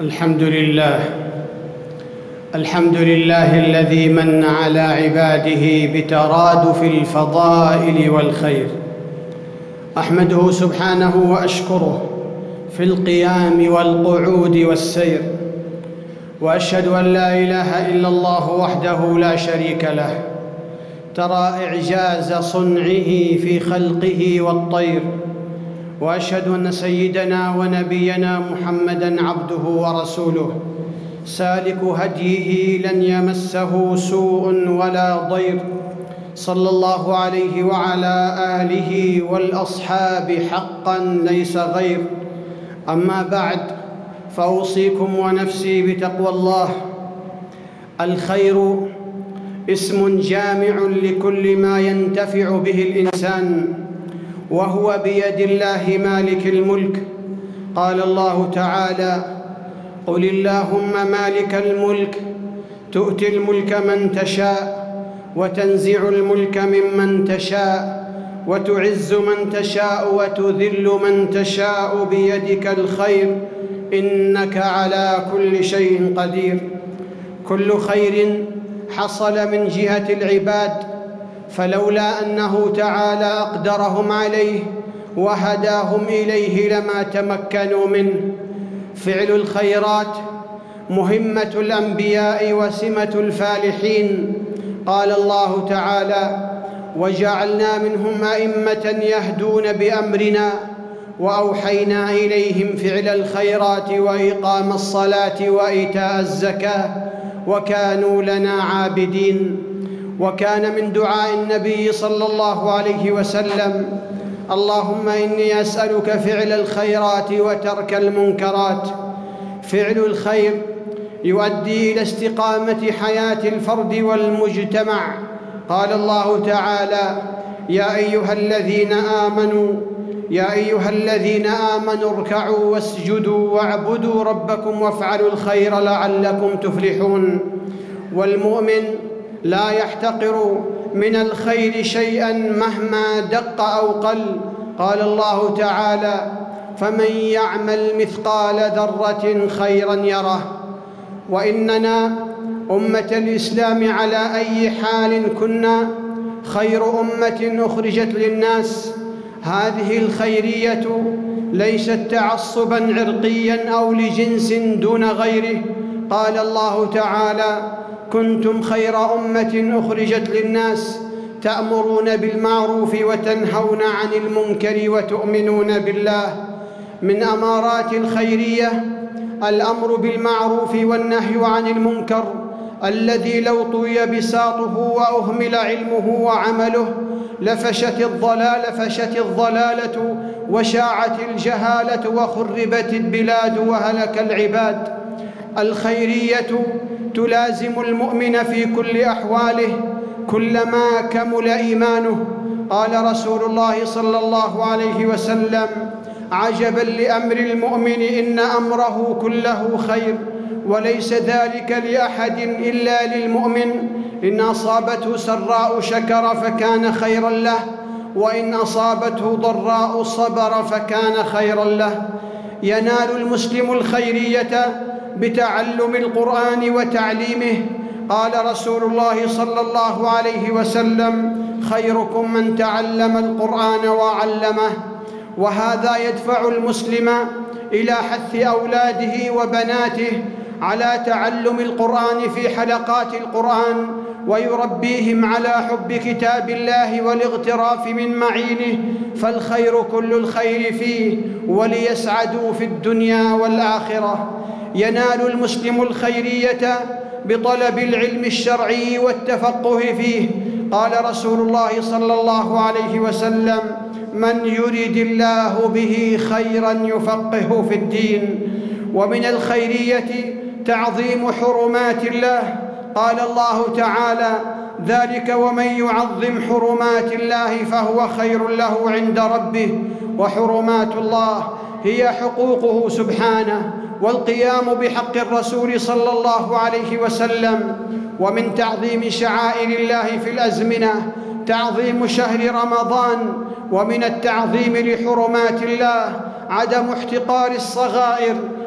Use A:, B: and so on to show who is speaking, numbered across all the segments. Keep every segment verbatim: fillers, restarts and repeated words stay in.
A: الحمد لله الحمد لله الذي من على عباده بترادف الفضائل والخير. أحمده سبحانه وأشكره في القيام والقعود والسير، وأشهد أن لا إله إلا الله وحده لا شريك له، ترى إعجاز صنعه في خلقه والطير. وأشهد أن سيدنا ونبينا محمدًا عبده ورسوله، سالك هديه لن يمسه سوء ولا ضير، صلى الله عليه وعلى آله والأصحاب حقًا ليس غير. أما بعد، فأوصيكم ونفسي بتقوى الله. الخير اسم جامع لكل ما ينتفع به الإنسان، وهو بيد الله مالك الملك. قال الله تعالى: قل اللهم مالك الملك تؤتي الملك من تشاء وتنزع الملك ممن تشاء وتعز من تشاء وتذل من تشاء بيدك الخير إنك على كل شيء قدير. كل خير حصل من جهة العباد، فلولا أنه تعالى أقدرهم عليه وهداهم إليه لما تمكنوا منه. فعل الخيرات مهمة الأنبياء وسمة الفالحين. قال الله تعالى: وجعلنا منهم أئمة يهدون بأمرنا وأوحينا إليهم فعل الخيرات وإقام الصلاة وإيتاء الزكاة وكانوا لنا عابدين. وكان من دعاء النبي صلى الله عليه وسلم: اللهم إني أسألك فعل الخيرات وترك المنكرات. فعل الخير يؤدي إلى استقامة حياة الفرد والمجتمع. قال الله تعالى: يا أيها الذين آمنوا يا أيها الذين آمنوا اركعوا واسجدوا واعبدوا ربكم وافعلوا الخير لعلكم تفلحون. والمؤمن لا يحتقر من الخير شيئا مهما دق أو قل. قال الله تعالى: فمن يعمل مثقال ذرة خيرا يره. وإننا أمة الإسلام على أي حال كنا خير أمة أخرجت للناس. هذه الخيرية ليست تعصبا عرقيا أو لجنس دون غيره. قال الله تعالى: كنتم خير أمة أخرجت للناس تأمرون بالمعروف وتنهون عن المنكر وتؤمنون بالله. من أمارات الخيرية الأمر بالمعروف والنهي عن المنكر، الذي لو طوي بساطه وأهمل علمه وعمله لفشت الضلال فشت الضلالة وشاعت الجهالة وخربت البلاد وهلك العباد. الخيرية تلازم المؤمن في كل أحواله كلما كمل إيمانه. قال رسول الله صلى الله عليه وسلم: عجبا لأمر المؤمن إن أمره كله خير، وليس ذلك لأحد إلا للمؤمن. إن أصابته سراء شكر فكان خيرا له، وإن أصابته ضراء صبر فكان خيرا له. ينال المسلم الخيرية بتعلم القرآن وتعليمه. قال رسول الله صلى الله عليه وسلم: خيركم من تعلم القرآن وعلمه. وهذا يدفع المسلم إلى حث أولاده وبناته على تعلم القرآن في حلقات القرآن، ويربيهم على حب كتاب الله والاغتراف من معينه، فالخير كل الخير فيه، وليسعدوا في الدنيا والآخرة. ينال المسلم الخيرية بطلب العلم الشرعي والتفقه فيه. قال رسول الله صلى الله عليه وسلم: من يرد الله به خيرا يفقهه في الدين. ومن الخيرية تعظيم حرمات الله. قال الله تعالى: ذلك ومن يعظم حرمات الله فهو خير له عند ربه. وحرمات الله هي حقوقه سبحانه، والقيام بحق الرسول صلى الله عليه وسلم. ومن تعظيم شعائر الله في الأزمنة تعظيم شهر رمضان. ومن التعظيم لحرمات الله عدم احتقار الصغائر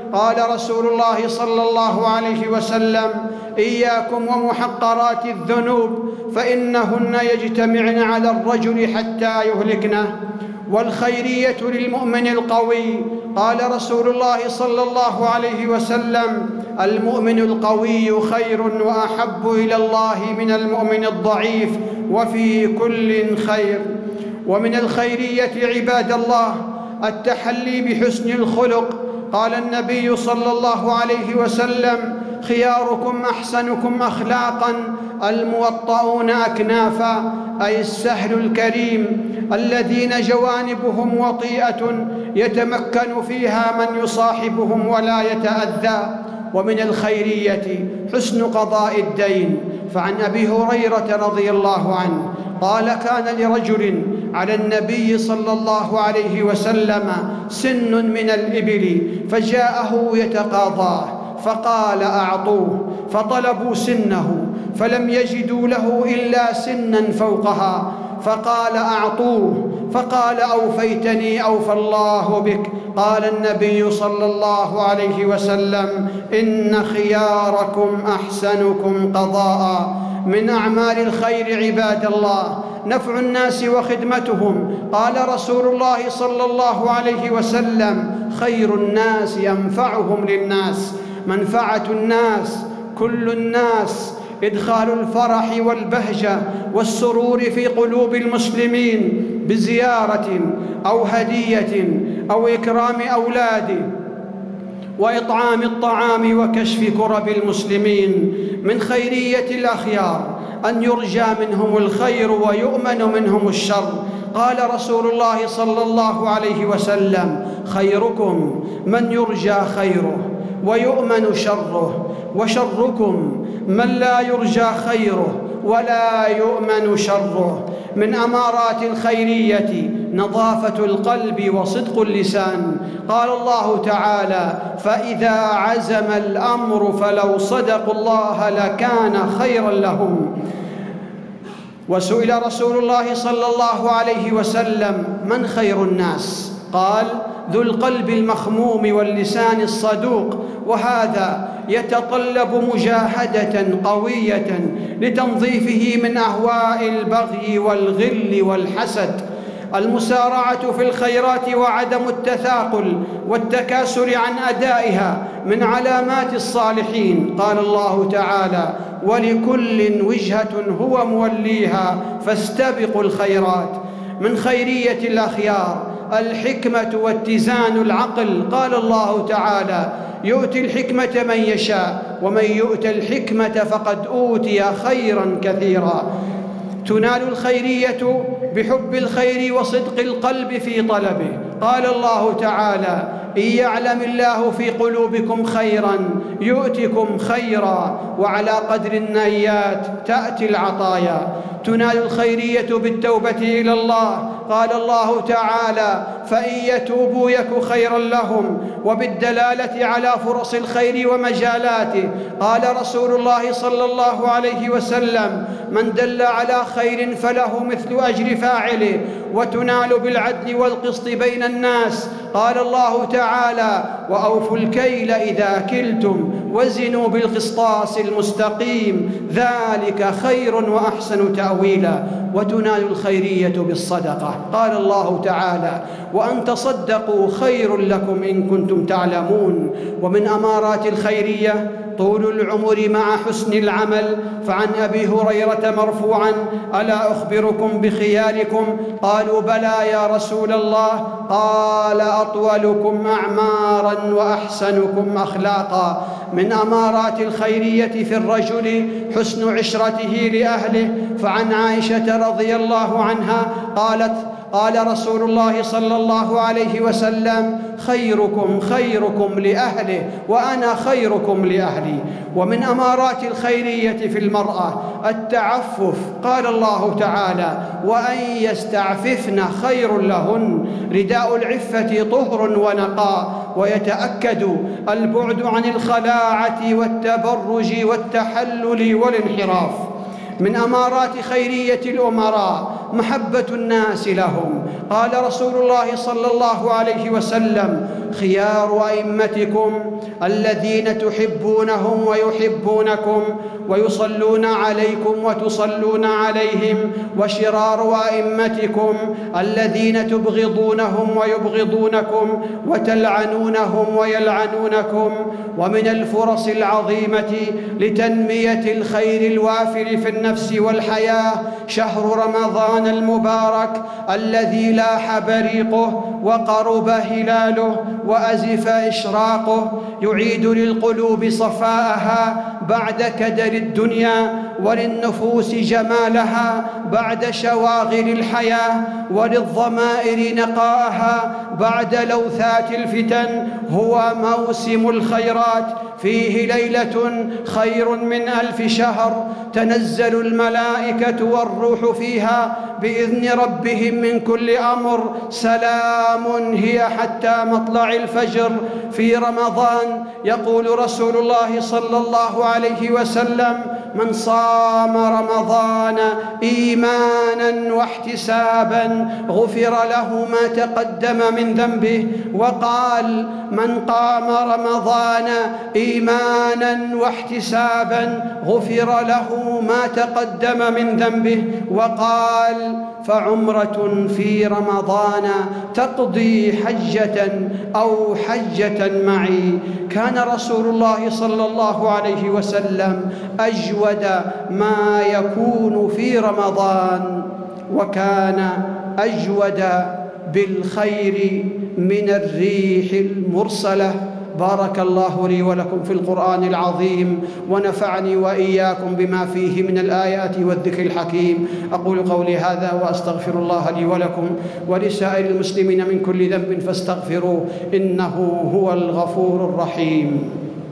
A: قال رسول الله صلى الله عليه وسلم: إياكم ومحقرات الذنوب فإنهن يجتمعن على الرجل حتى يهلكنه. والخيرية للمؤمن القوي، قال رسول الله صلى الله عليه وسلم: المؤمن القوي خير وأحب إلى الله من المؤمن الضعيف، وفي كل خير. ومن الخيرية عباد الله التحلي بحسن الخلق. قال النبي صلى الله عليه وسلم: خياركم أحسنكم أخلاقا الموطؤون أكنافا، أي السهل الكريم الذين جوانبهم وطيئة يتمكن فيها من يصاحبهم ولا يتأذى. ومن الخيرية حسن قضاء الدين. فعن أبي هريرة رضي الله عنه قال: كان لرجل على النبي صلى الله عليه وسلم سن من الإبل فجاءه يتقاضاه فقال: أعطوه. فطلبوا سنه فلم يجدوا له إلا سنا فوقها فقال: أعطوه. فقال: أوفيتني أوفى الله بك. قال النبي صلى الله عليه وسلم: إن خياركم أحسنكم قضاء. من أعمال الخير عباد الله نفع الناس وخدمتهم. قال رسول الله صلى الله عليه وسلم: خير الناس أنفعهم للناس. منفعة الناس كل الناس، إدخال الفرح والبهجة والسرور في قلوب المسلمين بزيارة أو هدية أو إكرام أولاده وإطعام الطعام وكشف كرب المسلمين. من خيرية الأخيار أن يرجى منهم الخير ويؤمن منهم الشر. قال رسول الله صلى الله عليه وسلم: خيركم من يرجى خيره ويؤمن شره، وشركم من لا يرجى خيره ولا يؤمن شره. من أمارات الخيرية نظافة القلب وصدق اللسان. قال الله تعالى: فإذا عزم الأمر فلو صدقوا الله لكان خيرا لهم. وسئل رسول الله صلى الله عليه وسلم: من خير الناس؟ قال: ذو القلب المخموم واللسان الصدوق. وهذا يتطلب مجاهدة قوية لتنظيفه من أهواء البغي والغل والحسد. المسارعة في الخيرات وعدم التثاقل والتكاسل عن أدائها من علامات الصالحين. قال الله تعالى: ولكل وجهة هو موليها فاستبقوا الخيرات. من خيرية الأخيار الحكمة واتزان العقل. قال الله تعالى: يؤتي الحكمة من يشاء ومن يؤت الحكمة فقد أوتي خيرا كثيرا. تنال الخيرية بحب الخير وصدق القلب في طلبه. قال الله تعالى: إن يعلم الله في قلوبكم خيرا يؤتكم خيرا، وعلى قدر النيات تأتي العطايا. تنال الخيرية بالتوبة إلى الله. قال الله تعالى: فإن يتوبوا يك خيرا لهم، وبالدلالة على فرص الخير ومجالاته. قال رسول الله صلى الله عليه وسلم: من دل على خير فله مثل أجر فاعله، وتنال بالعدل والقسط بين الناس. قال الله تعالى: وأوفوا الكيل إذا كلتم وزنوا بالقسطاس المستقيم ذلك خير وأحسن تأويلا. وتنال الخيرية بالصدقة. قال الله تعالى: وأن تصدقوا خير لكم إن كنتم تعلمون. ومن أمارات الخيرية طول العمر مع حسن العمل. فعن أبي هريرة مرفوعا: ألا أخبركم بخياركم؟ قالوا: بلى يا رسول الله. قال: أطولكم أعمارا وأحسنكم أخلاقا. من أمارات الخيرية في الرجل حسن عشرته لأهله. فعن عائشة رضي الله عنها قالت: قال رسول الله صلى الله عليه وسلم: خيركم خيركم لأهله وأنا خيركم لأهلي. ومن أمارات الخيرية في المرأة التعفف. قال الله تعالى: وأن يستعففن خير لهن. رداء العفة طهر ونقاء، ويتأكد البعد عن الخلاعة والتبرج والتحلل والانحراف. من أمارات خيرية الأمراء محبة الناس لهم. قال رسول الله صلى الله عليه وسلم: خيار أئمتكم الذين تحبونهم ويحبونكم ويصلون عليكم وتصلون عليهم، وشرار أئمتكم الذين تبغضونهم ويبغضونكم وتلعنونهم ويلعنونكم. ومن الفرص العظيمة لتنمية الخير الوافر في النفس والحياة شهر رمضان المبارك الذي لاح بريقه وقرب هلاله وأزف إشراقه، يعيد للقلوب صفاءها بعد كدر الدنيا، وللنفوس جمالها بعد شواغل الحياة، وللضمائر نقاءها بعد لوثات الفتن. هو موسم الخيرات، فيه ليلة خير من ألف شهر، تنزل الملائكة والروح فيها بإذن ربهم من كل أمر، سلام هي حتى مطلع الفجر. في رمضان يقول رسول الله صلى الله عليه وسلم: من صام رمضان إيمانا واحتسابا غفر له ما تقدم من ذنبه. وقال: من قام رمضان إيمانا واحتسابا غفر له ما تقدم من ذنبه. وقال: فعمرة في رمضان تقضي حجة أو حجة معي. كان رسول الله صلى الله عليه وسلم أجود ما يكون في رمضان، وكان أجود بالخير من الريح المرسلة. بارك الله لي ولكم في القرآن العظيم، ونفعني وإياكم بما فيه من الآيات والذكر الحكيم. أقول قولي هذا وأستغفر الله لي ولكم ولسائر المسلمين من كل ذنب فاستغفروه، إنه هو الغفور الرحيم.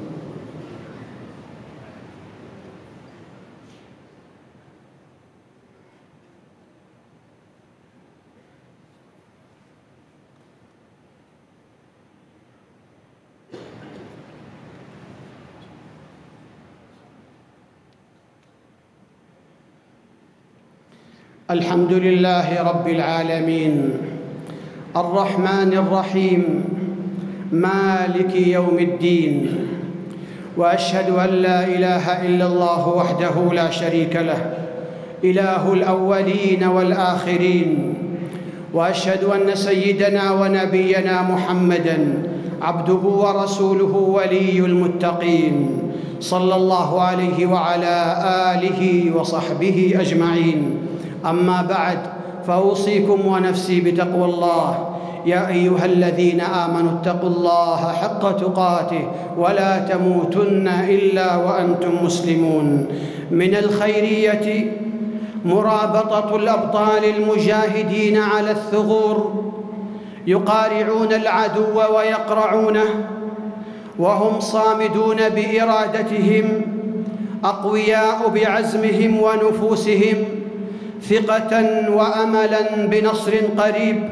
A: الحمد لله رب العالمين، الرحمن الرحيم، مالك يوم الدين، وأشهد أن لا إله إلا الله وحده لا شريك له، إله الأولين والآخرين. وأشهد أن سيدنا ونبينا محمدًا عبده ورسوله ولي المتقين، صلى الله عليه وعلى آله وصحبه أجمعين. أما بعد، فأوصيكم ونفسي بتقوى الله. يا أيها الذين آمنوا اتقوا الله حق تقاته ولا تموتن إلا وأنتم مسلمون. من الخيرية مرابطة الأبطال المجاهدين على الثغور، يقارعون العدو ويقرعونه وهم صامدون بإرادتهم، أقوياء بعزمهم ونفوسهم، ثقة وأملاً بنصر قريب.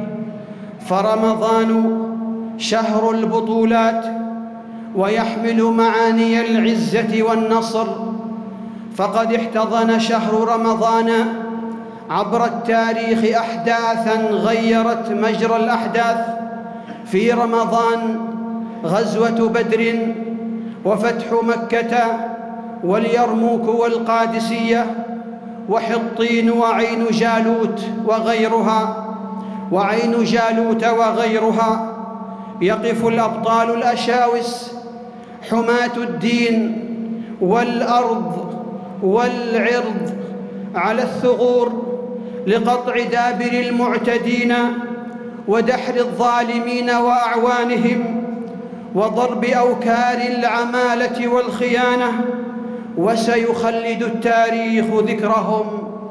A: فرمضان شهر البطولات، ويحمل معاني العزة والنصر، فقد احتضن شهر رمضان عبر التاريخ أحداثاً غيرت مجرى الأحداث. في رمضان غزوة بدر، وفتح مكة، واليرموك والقادسية، وحطين وعين جالوت وغيرها وعين جالوت وغيرها. يقف الأبطال الأشاوس حماة الدين والأرض والعرض على الثغور لقطع دابر المعتدين ودحر الظالمين وأعوانهم وضرب أوكار العمالة والخيانة. وسيخلد التاريخ ذكرهم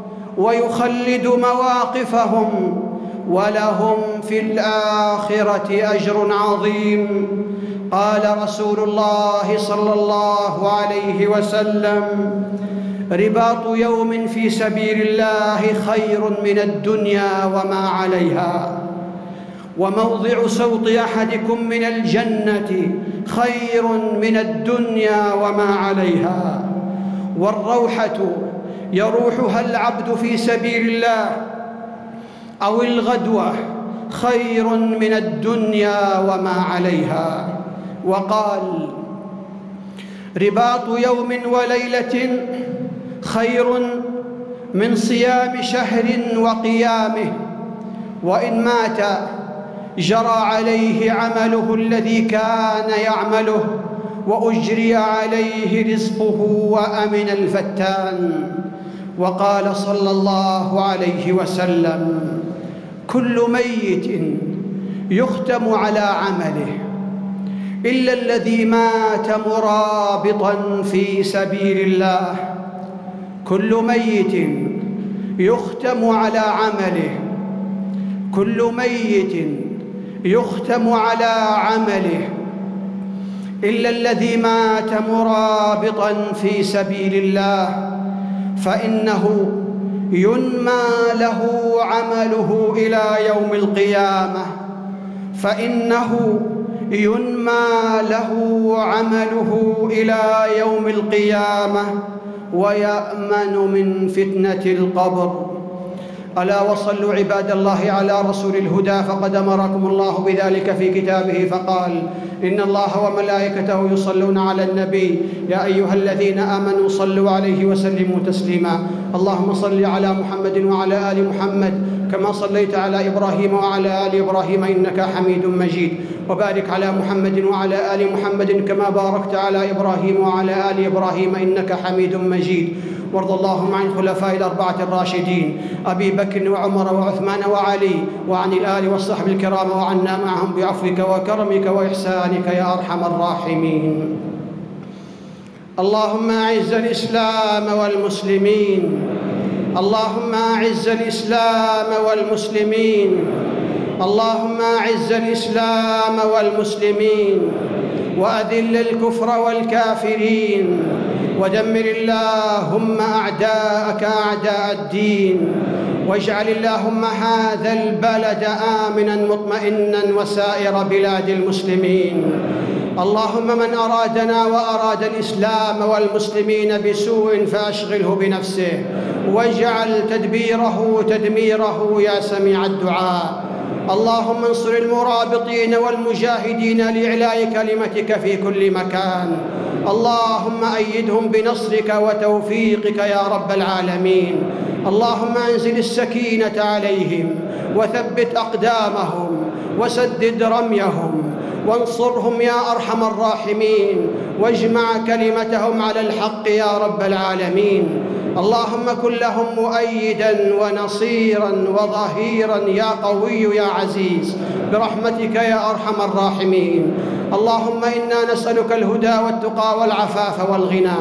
A: ويخلد مواقفهم، ولهم في الآخرة أجر عظيم. قال رسول الله صلى الله عليه وسلم: رباط يوم في سبيل الله خير من الدنيا وما عليها، وموضع سوط أحدكم من الجنة خير من الدنيا وما عليها. والروحة يروحها العبد في سبيل الله، أو الغدوة خير من الدنيا وما عليها. وقال: رباط يوم وليلة خير من صيام شهر وقيامه، وإن مات جرى عليه عمله الذي كان يعمله وأجري عليه رزقه وأمن الفتان. وقال صلى الله عليه وسلم: كل ميت يختم على عمله إلا الذي مات مرابطا في سبيل الله. كل ميت يختم على عمله كل ميت يختم على عمله إلا الذي مات مرابطا في سبيل الله، فإنه ينمى له عمله إلى يوم القيامة فإنه ينمى له عمله إلى يوم القيامة ويأمن من فتنة القبر. ألا وصلوا عباد الله على رسول الهدى، فقد أمركم الله بذلك في كتابه فقال: إن الله وملائكته يصلون على النبي يا أيها الذين آمنوا صلوا عليه وسلموا تسليما. اللهم صل على محمد وعلى آل محمد كما صليت على إبراهيم وعلى آل إبراهيم إنك حميد مجيد، وبارك على محمد وعلى آل محمد كما باركت على إبراهيم وعلى آل إبراهيم إنك حميد مجيد. وارض اللهم عن الخلفاء الأربعة الراشدين أبي بكر وعمر وعثمان وعلي، وعن الآل والصحب الكرام، وعنا معهم بعفوك وكرمك وإحسانك يا أرحم الراحمين. اللهم أعز الإسلام والمسلمين اللهم أعز الإسلام والمسلمين اللهم أعز الإسلام والمسلمين وأذل الكفر والكافرين، ودمر اللهم أعداءك أعداء الدين، واجعل اللهم هذا البلد آمناً مطمئناً وسائر بلاد المسلمين. اللهم من أرادنا وأراد الإسلام والمسلمين بسوء فأشغله بنفسه، واجعل تدبيره تدميره يا سميع الدعاء. اللهم انصر المرابطين والمجاهدين لإعلاء كلمتك في كل مكان. اللهم أيدهم بنصرك وتوفيقك يا رب العالمين. اللهم أنزل السكينة عليهم وثبت أقدامهم وسدد رميهم وانصرهم يا أرحم الراحمين، واجمع كلمتهم على الحق يا رب العالمين. اللهم كن لهم مؤيداً ونصيراً وظهيراً يا قوي يا عزيز برحمتك يا أرحم الراحمين. اللهم إنا نسألك الهدى والتقى والعفاف والغنى.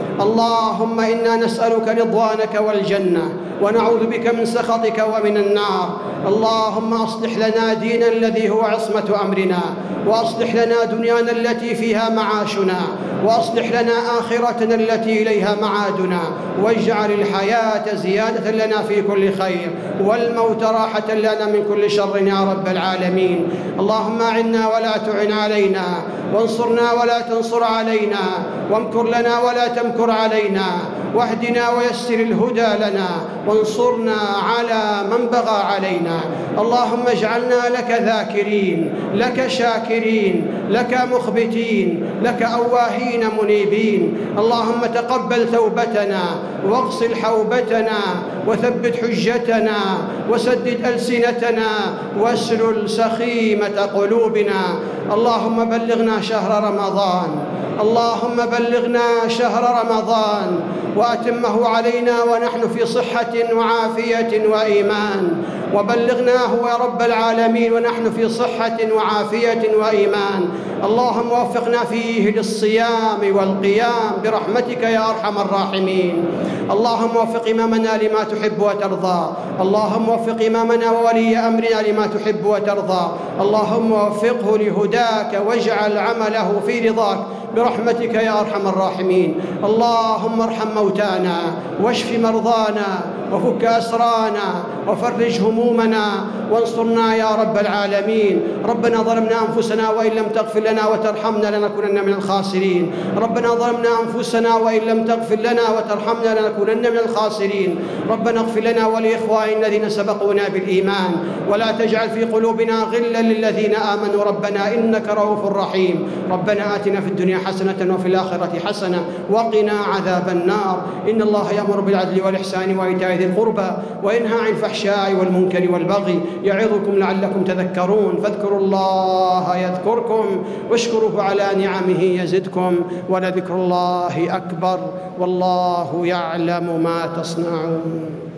A: اللهم إنا نسألك رضوانك والجنة، ونعوذ بك من سخطك ومن النار. اللهم أصلح لنا دينا الذي هو عصمة أمرنا، وأصلح لنا دنيانا التي فيها معاشنا، وأصلح لنا آخرتنا التي إليها معادنا، واجعل الحياة زيادة لنا في كل خير، والموت راحة لنا من كل شر يا رب العالمين. اللهم أعنا ولا تعن علينا، وانصرنا ولا تنصر علينا، وامكر لنا ولا تمكر علينا، واهدنا ويسر الهدى لنا، وانصرنا على من بغى علينا. اللهم اجعلنا لك ذاكرين، لك شاكرين، لك مخبتين، لك أواهين منيبين. اللهم تقبل توبتنا، واغسل حوبتنا، وثبت حجتنا، وسدد ألسنتنا، واسلل سخيمة قلوبنا. اللهم بلغنا شهر رمضان اللهم بلغنا شهر رمضان وأتمه علينا ونحن في صحة وعافية وإيمان، وبلغناه يا رب العالمين ونحن في صحة وعافية وإيمان. اللهم وفقنا فيه للصيام والقيام برحمتك يا أرحم الراحمين. اللهم وفق إمامنا لما تحب وترضى. اللهم وفق إمامنا وولي أمرنا لما تحب وترضى. اللهم وفقه لهداك، واجعل عمله في رضاك، برحمتك يا أرحم الراحمين. اللهم ارحم موتانا واشف مرضانا وفك أسرانا وفرج همومنا وانصرنا يا رب العالمين. ربنا ظلمنا أنفسنا وإن لم تغفر لنا وترحمنا لنكونن من الخاسرين. ربنا ظلمنا أنفسنا وإن لم تغفر لنا وترحمنا لنكونن من الخاسرين. ربنا اغفر لنا ولإخواننا الذين سبقونا بالإيمان ولا تجعل في قلوبنا غلا للذين آمنوا ربنا إنك رؤوف رحيم. ربنا آتنا في الدنيا حسنة وفي الآخرة حسنة وقنا عذاب النار. إن الله يأمر بالعدل والإحسان وإيتاء ذي القربى وينهى عن الفحشاء والمنكر والبغي يعظكم لعلكم تذكرون. فاذكروا الله يذكركم واشكروه على نعمه يزدكم ولذكر الله أكبر والله يعلم ما تصنعون.